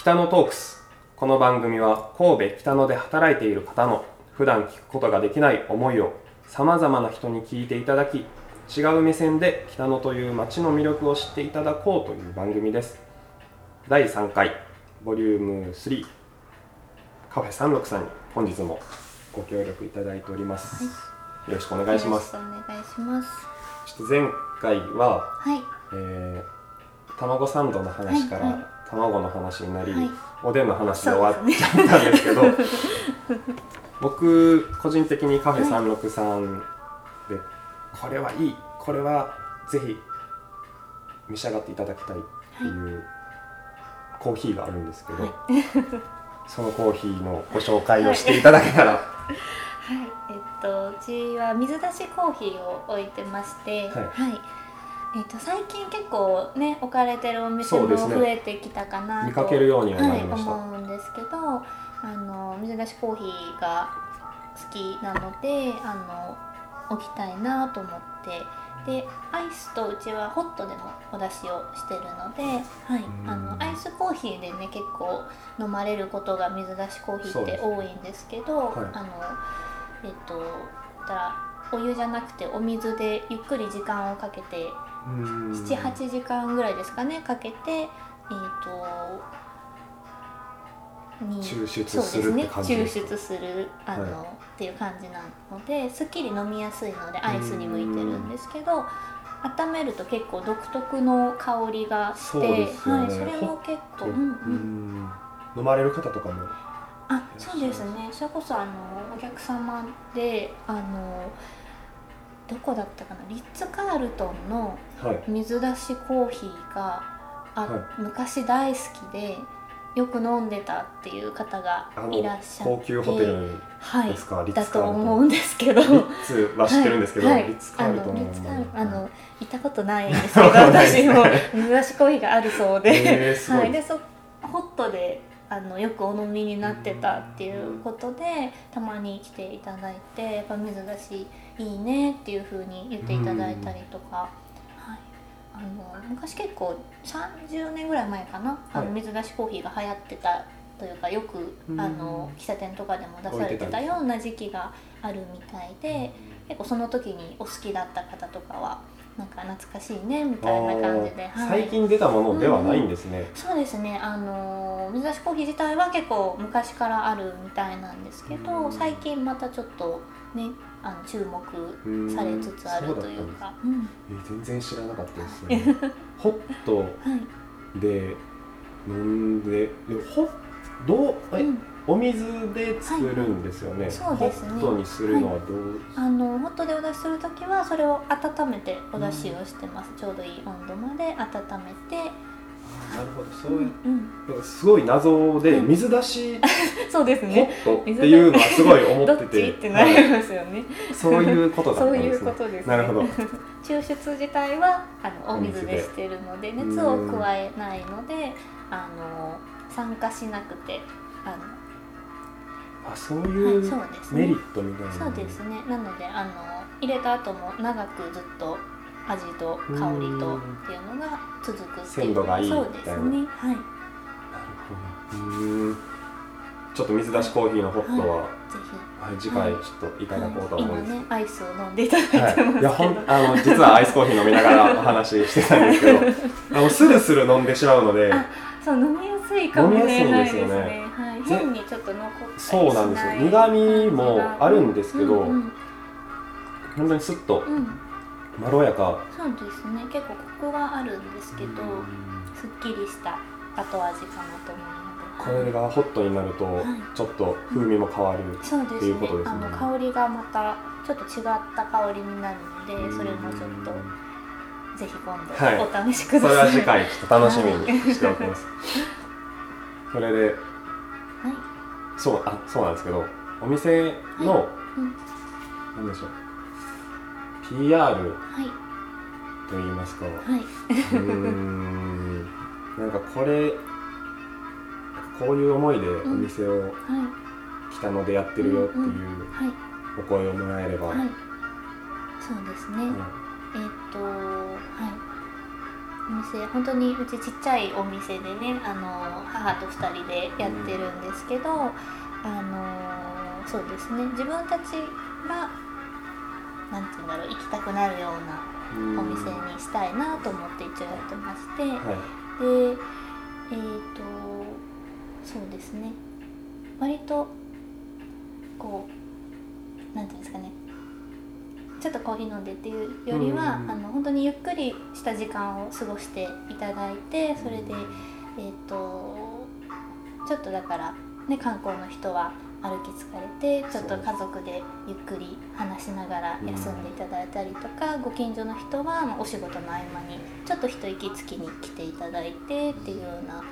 北野トークス。この番組は神戸北野で働いている方の普段聞くことができない思いをさまざまな人に聞いていただき、違う目線で北野という街の魅力を知っていただこうという番組です。第3回ボリューム3、カフェ36さんに本日もご協力いただいております、よろしくお願いします。 よろしくお願いします。 ちょっと前回は、卵サンドの話から卵の話になり、おでんの話で終わっちゃったんですけど、僕個人的にカフェ363でこれはいい、これはぜひ召し上がっていただきたいっていうコーヒーがあるんですけど、そのコーヒーのご紹介をしていただけたら。 うちは水出しコーヒーを置いてまして、最近結構ね置かれてるお店も増えてきたかなと、 見かけるようにはなりました、 思うんですけど、水出しコーヒーが好きなので置きたいなと思って、でアイスとうちはホットでもお出しをしてるので、アイスコーヒーでね結構飲まれることが水出しコーヒーって多いんですけど、お湯じゃなくてお水でゆっくり時間をかけて 7,8 時間ぐらいですかねかけて抽出するって感じですか？ 抽出するっていう感じなので、すっきり飲みやすいのでアイスに向いてるんですけど、温めると結構独特の香りがして、それも結構飲まれる方とかもそうですね。それこそお客様でどこだったかな、リッツ・カールトンの水出しコーヒーが、昔大好きでよく飲んでたっていう方がいらっしゃって、 高級ホテルですか、リッツ・カールトンだと思うんですけど、 リッツは知ってるんですけど、リッツ・カールトン行ったことないんですけど私も水出しコーヒーがあるそうで、でホットでよくお飲みになってたっていうことで、たまに来ていただいて、やっぱ水出しいいねっていう風に言っていただいたりとか、昔結構30年ぐらい前かな、水出しコーヒーが流行ってたというか、よく喫茶店とかでも出されてたような時期があるみたいで、結構その時にお好きだった方とかはなんか懐かしいねみたいな感じで、 最近出たものではないんですね。 そうですね。水出しコーヒー自体は結構昔からあるみたいなんですけど、最近またちょっとね注目されつつあるというか。 全然知らなかったですね。ホットで飲んで、お水で作るんですよね。 そうですね。 ホットにするのはどう？ ホットでお出しするときはそれを温めてお出しをしてます。ちょうどいい温度まで温めて。 なるほど、そういう、すごい謎で、水出しそうですね。 ホットっていうのはすごい思ってて、 どっちってなりますよね。 そういうことだったんですね。 そういうことですね。 なるほど。 抽出自体はお水でしてるので、熱を加えないので酸化しなくてそういうメリットみたいな。 そうですね。なので入れた後も長くずっと味と香りとっていうのが続くっていう。 鮮度がいいみたいな。 そうですね。なるほど。ちょっと水出しコーヒーのホットは、ぜひ次回ちょっといただこうと思うんです。 今ねアイスを飲んでいただいてますけど、 実はアイスコーヒー飲みながらお話ししてたんですけど、スルスル飲んでしまうので、 そう飲みやすいかもしれないですね。変にちょっと残ったりしない。 そうなんですよ。苦味もあるんですけど、本当にスッとまろやか。 そうですね。結構コクはあるんですけど、すっきりした後味かなと思うので。 これがホットになるとちょっと風味も変わるっていうことですね。 香りがまたちょっと違った香りになるので、それもちょっとぜひ今度お試しください。 それは次回ちょっと楽しみにしておきます。それで、そうなんですけど、お店の何でしょう、PR と言いますか、なんかこういう思いでお店を北野でやってるよっていうお声をもらえれば。 そうですね。 お店本当にうちちっちゃいお店でね母と2人でやってるんですけど、そうですね自分たちがなんていうんだろう行きたくなるようなお店にしたいなと思って一応やってまして、 はい、 でそうですね割とこうなんていうんですかねちょっとコーヒー飲んでっていうよりは、本当にゆっくりした時間を過ごしていただいてそれでちょっとだからね観光の人は歩き疲れてちょっと家族でゆっくり話しながら休んでいただいたりとか、ご近所の人はお仕事の合間にちょっと一息つきに来ていただいてっていうような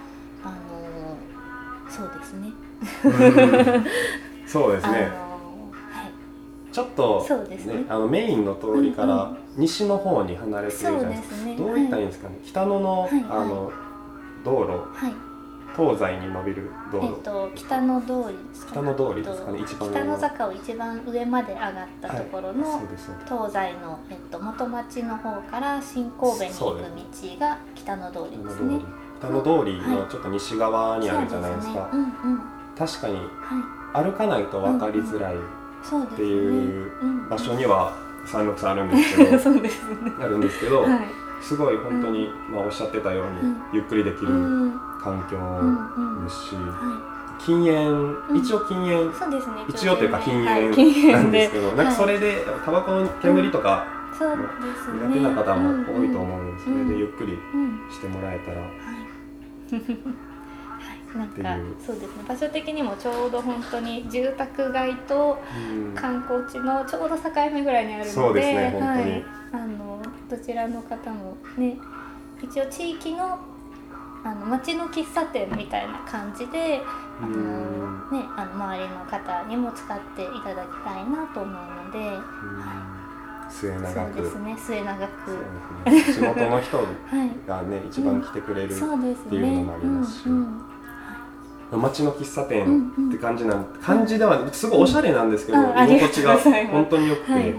そうですねそうですね、ちょっと、 そうですね、 メインの通りから西の方に離れてるじゃないですか。どういったらいいんですかね、北野の、道路、東西に伸びる道路、 北野通りですか、 北野通りですかね、一番北野坂を一番上まで上がったところの、東西の、元町の方から新神戸に行く道が北野通りですね。 北野通りのちょっと西側にあるじゃないですか。確かに歩かないと分かりづらいっていう場所には363あるんですけどそうですね、 あるんですけど、すごい本当に、おっしゃってたように、ゆっくりできる環境ですし、禁煙、一応禁煙、一応というか禁煙なんですけど、なんかそれでタバコの煙とか苦手な方も多いと思うので、それでゆっくりしてもらえたら。 なんかそうですね、場所的にもちょうど本当に住宅街と観光地のちょうど境目ぐらいにあるので、 そうですね、本当にどちらの方もね一応地域の町の喫茶店みたいな感じで周りの方にも使っていただきたいなと思うので、 末永く、 そうですね、末永く地元の人がね一番来てくれるっていうのもありますし、街の喫茶店って感じではすごいおしゃれなんですけど、居心地が本当に良くて、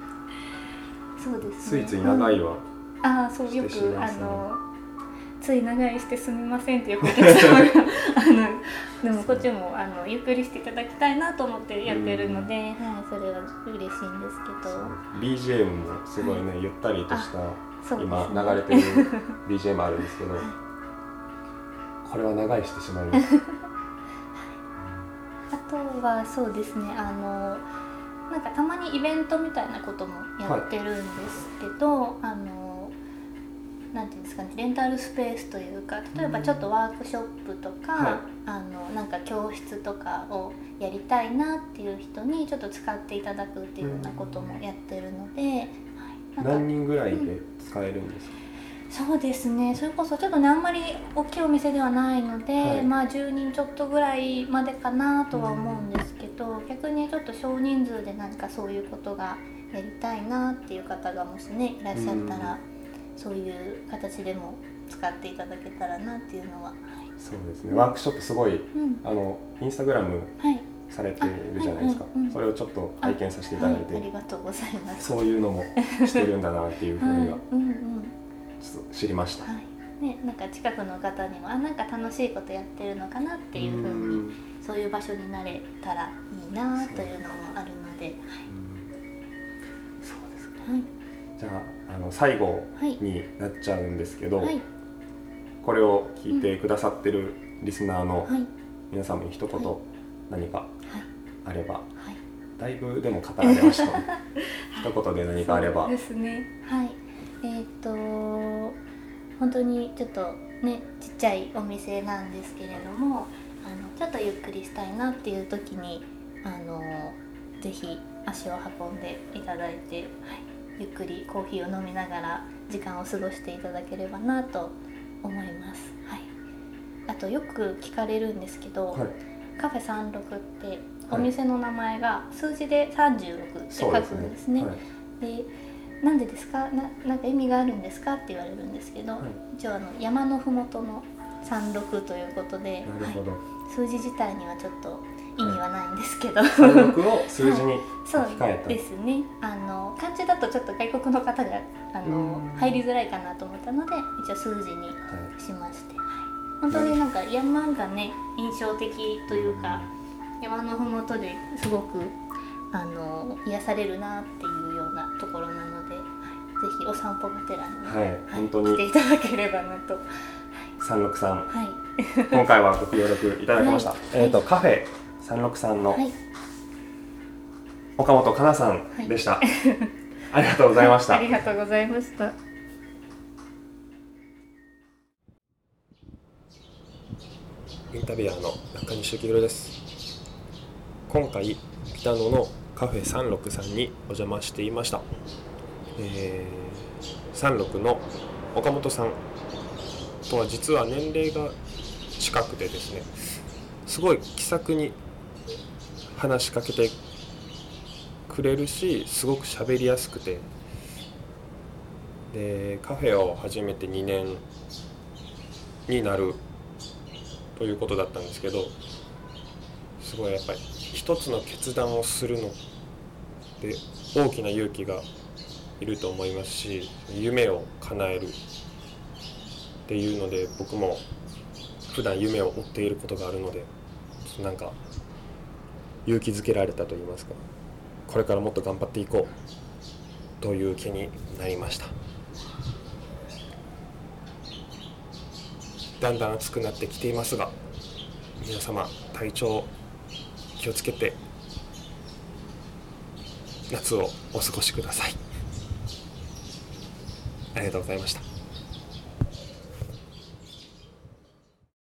ついつい長いわ。 そうよくつい長居してすみませんっていうお客様がでもこっちもゆっくりしていただきたいなと思ってやってるので、それは嬉しいんですけど、 BGM もすごいねゆったりとした今流れてる BGM あるんですけど、これは長居してしまいますあとはそうですね、なんかたまにイベントみたいなこともやってるんですけど、なんていうんですかね、レンタルスペースというか、例えばちょっとワークショップとか、なんか教室とかをやりたいなっていう人にちょっと使っていただくっていうようなこともやってるので、 何人ぐらいで使えるんですか？ そうですね、それこそちょっとねあんまり大きいお店ではないので、10人ちょっとぐらいまでかなとは思うんですけど、逆にちょっと少人数で何かそういうことがやりたいなっていう方がもしねいらっしゃったら、そういう形でも使っていただけたらなっていうのは、 そうですね、ワークショップすごい、インスタグラムされてるじゃないですか、それをちょっと拝見させていただいて、 ありがとうございます。 そういうのもしてるんだなっていうふうにはちょっと知りました。 なんか近くの方にもなんか楽しいことやってるのかなっていうふうに、そういう場所になれたらいいなというのもあるので、 そうですね。じゃあ最後になっちゃうんですけど、これを聞いてくださってるリスナーの皆様に一言何かあれば、だいぶでも語られました、一言で何かあれば。 そうですね、本当にちょっとねちっちゃいお店なんですけれども、ちょっとゆっくりしたいなっていう時にぜひ足を運んでいただいて、ゆっくりコーヒーを飲みながら時間を過ごしていただければなと思います。あとよく聞かれるんですけど、カフェ36ってお店の名前が数字で36って書くんですね。でなんでですか、なんか意味があるんですかって言われるんですけど、一応山のふもとの36ということで、数字自体にはちょっと意味はないんですけど、 36を数字にそう置き換えた。 ですね。漢字だとちょっと外国の方が入りづらいかなと思ったので一応数字にしまして、本当になんか山がね印象的というか、山のふもとですごく癒されるなっていうようなところなので、ぜひお散歩がてらに、 本当に来ていただければなと。 363、 はい、 今回はご協力いただきました。カフェ363の岡本かなさんでした。ありがとうございました。 ありがとうございました。 インタビュアーの中西幸宏です。今回北野のカフェ363にお邪魔していました。36の岡本さんとは実は年齢が近くてですね、すごい気さくに話しかけてくれるし、すごく喋りやすくて、でカフェを始めて2年になるということだったんですけど、すごいやっぱり一つの決断をするので大きな勇気がいると思いますし、夢を叶えるっていうので、僕も普段夢を追っていることがあるので、なんか勇気づけられたと言いますか、これからもっと頑張っていこうという気になりました。だんだん暑くなってきていますが、皆様体調気をつけて夏をお過ごしください。ありがとうございました。